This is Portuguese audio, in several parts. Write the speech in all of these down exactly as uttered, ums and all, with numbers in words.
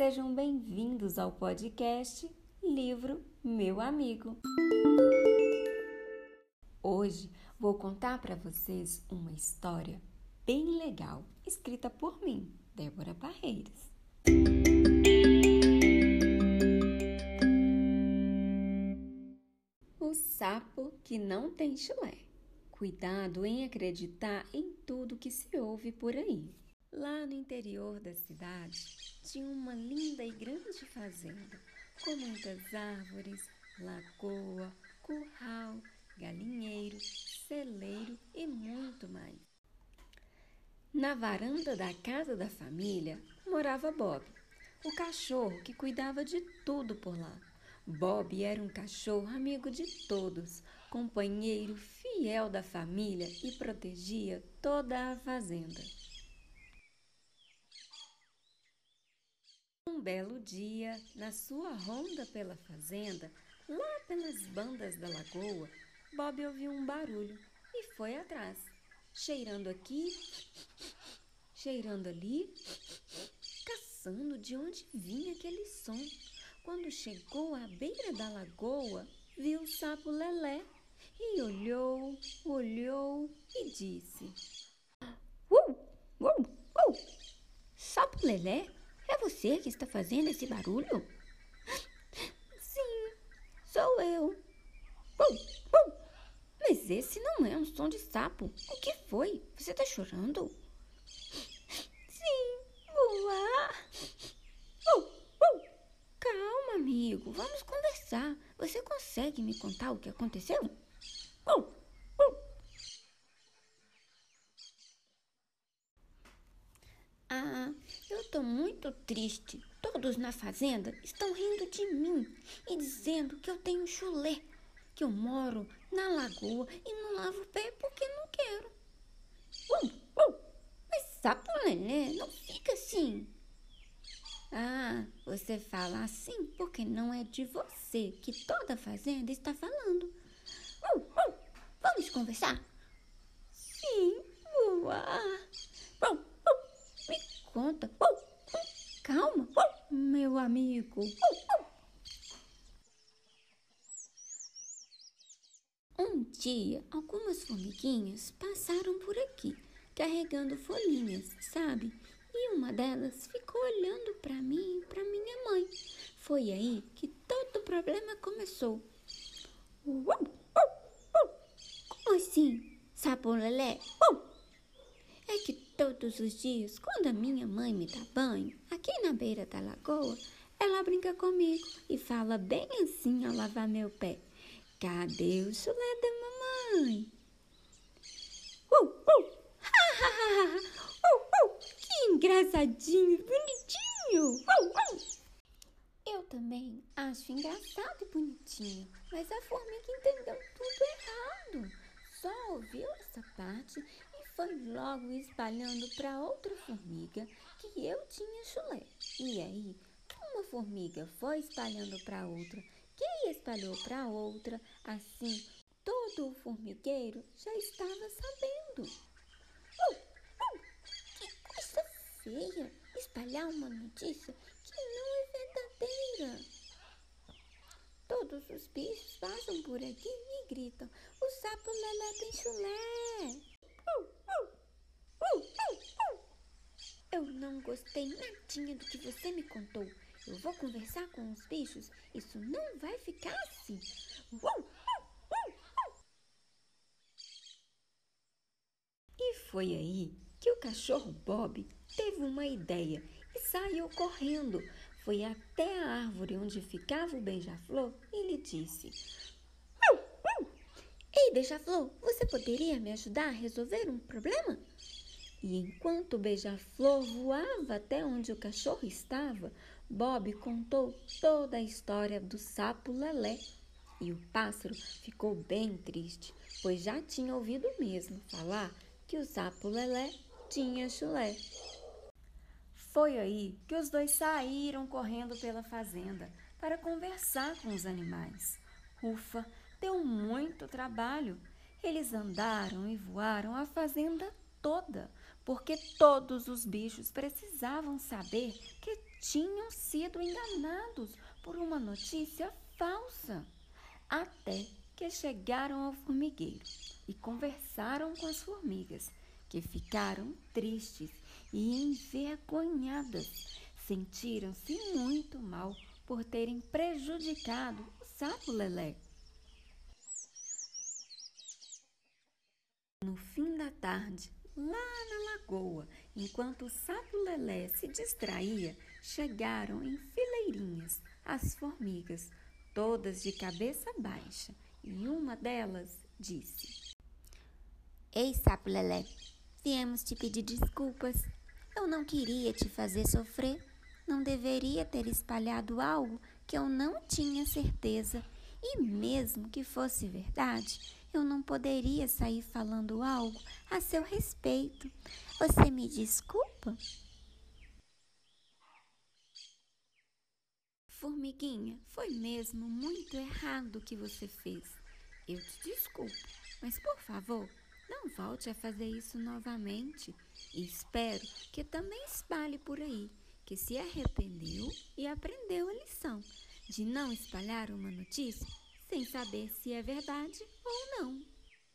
sejam bem-vindos ao podcast Livro Meu Amigo. Hoje vou contar para vocês uma história bem legal, escrita por mim, Débora Barreiros. O sapo que não tem chulé. Cuidado em acreditar em tudo que se ouve por aí. Lá no interior da cidade, tinha uma linda e grande fazenda, com muitas árvores, lagoa, curral, galinheiro, celeiro e muito mais. Na varanda da casa da família morava Bob, o cachorro que cuidava de tudo por lá. Bob era um cachorro amigo de todos, companheiro fiel da família e protegia toda a fazenda. Um belo dia, na sua ronda pela fazenda, lá pelas bandas da lagoa, Bob ouviu um barulho e foi atrás, cheirando aqui, cheirando ali, caçando de onde vinha aquele som. Quando chegou à beira da lagoa, viu o sapo Lelé e olhou, olhou e disse: Uh, uh, uh, Sapo Lelé? É você que está fazendo esse barulho? Sim, sou eu. Uh, uh. Mas esse não é um som de sapo. O que foi? Você está chorando? Sim, uá. Uh, uh. Calma, amigo. Vamos conversar. Você consegue me contar o que aconteceu? Uh, uh. Ah, eu estou muito triste. Todos na fazenda estão rindo de mim e dizendo que eu tenho chulé, que eu moro na lagoa e não lavo o pé porque não quero. Uh, uh. Mas sapo Lelé, não fica assim. Ah, você fala assim porque não é de você que toda a fazenda está falando. Uh, uh. Vamos conversar? Sim, uá. Uh, uh. Me conta. Uh, uh. Calma, uh. meu amigo. Uh, uh. Um dia, algumas formiguinhas passaram por aqui, carregando folhinhas, sabe? E uma delas ficou olhando para mim e para minha mãe. Foi aí que todo o problema começou. Uh, uh, uh. Como assim, sapo Lelé? Uh. É que todos os dias, quando a minha mãe me dá banho, aqui na beira da lagoa, ela brinca comigo e fala bem assim ao lavar meu pé: cadê o chulé da mamãe? Uh, uh. uh, uh. Que engraçadinho, bonitinho. Uh, uh. Eu também acho engraçado e bonitinho, mas a formiga entendeu tudo errado. Só ouviu essa parte e foi logo espalhando para outra formiga que eu tinha chulé. E aí, uma formiga foi espalhando para outra, que espalhou para outra, assim todo o formigueiro já estava sabendo. Uh, uh, que coisa feia espalhar uma notícia que não é verdadeira. Todos os bichos passam por aqui e gritam: o sapo Lelé tem chulé. Uh, uh, uh, uh, uh. Eu não gostei nadinha do que você me contou. Eu vou conversar com os bichos. Isso não vai ficar assim. Uh, uh, uh, uh. E foi aí que o cachorro Bob teve uma ideia e saiu correndo. Foi até a árvore onde ficava o beija-flor e lhe disse: uh, uh. Ei, beija-flor, você poderia me ajudar a resolver um problema? E enquanto o beija-flor voava até onde o cachorro estava, Bob contou toda a história do sapo Lelé. E o pássaro ficou bem triste, pois já tinha ouvido mesmo falar que o sapo Lelé tinha chulé. Foi aí que os dois saíram correndo pela fazenda para conversar com os animais. Ufa, deu muito trabalho. Eles andaram e voaram a fazenda toda, porque todos os bichos precisavam saber que tinham sido enganados por uma notícia falsa, até que chegaram ao formigueiro e conversaram com as formigas, que ficaram tristes e envergonhadas. Sentiram-se muito mal por terem prejudicado o sapo Lelé. No fim da tarde, lá na lagoa, enquanto o sapo Lelé se distraía, chegaram em fileirinhas as formigas, todas de cabeça baixa, e uma delas disse: Ei, sapo Lelé, viemos te pedir desculpas. Eu não queria te fazer sofrer. Não deveria ter espalhado algo que eu não tinha certeza. E mesmo que fosse verdade, eu não poderia sair falando algo a seu respeito. Você me desculpa? Formiguinha, foi mesmo muito errado o que você fez. Eu te desculpo, mas por favor, não volte a fazer isso novamente. E espero que também espalhe por aí que se arrependeu e aprendeu a lição de não espalhar uma notícia sem saber se é verdade ou não.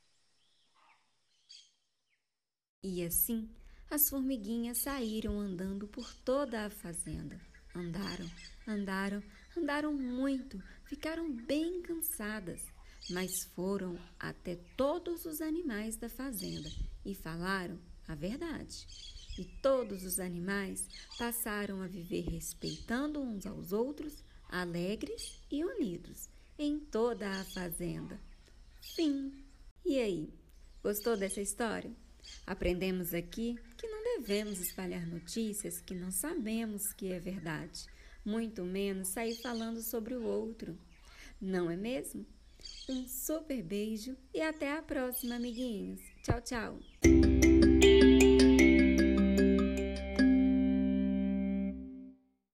E assim, as formiguinhas saíram andando por toda a fazenda. Andaram, andaram, andaram muito, ficaram bem cansadas, mas foram até todos os animais da fazenda e falaram a verdade. E todos os animais passaram a viver respeitando uns aos outros, alegres e unidos, em toda a fazenda. Fim. E aí, gostou dessa história? Aprendemos aqui que não devemos espalhar notícias que não sabemos que é verdade, muito menos sair falando sobre o outro. Não é mesmo? Um super beijo e até a próxima, amiguinhos. Tchau, tchau!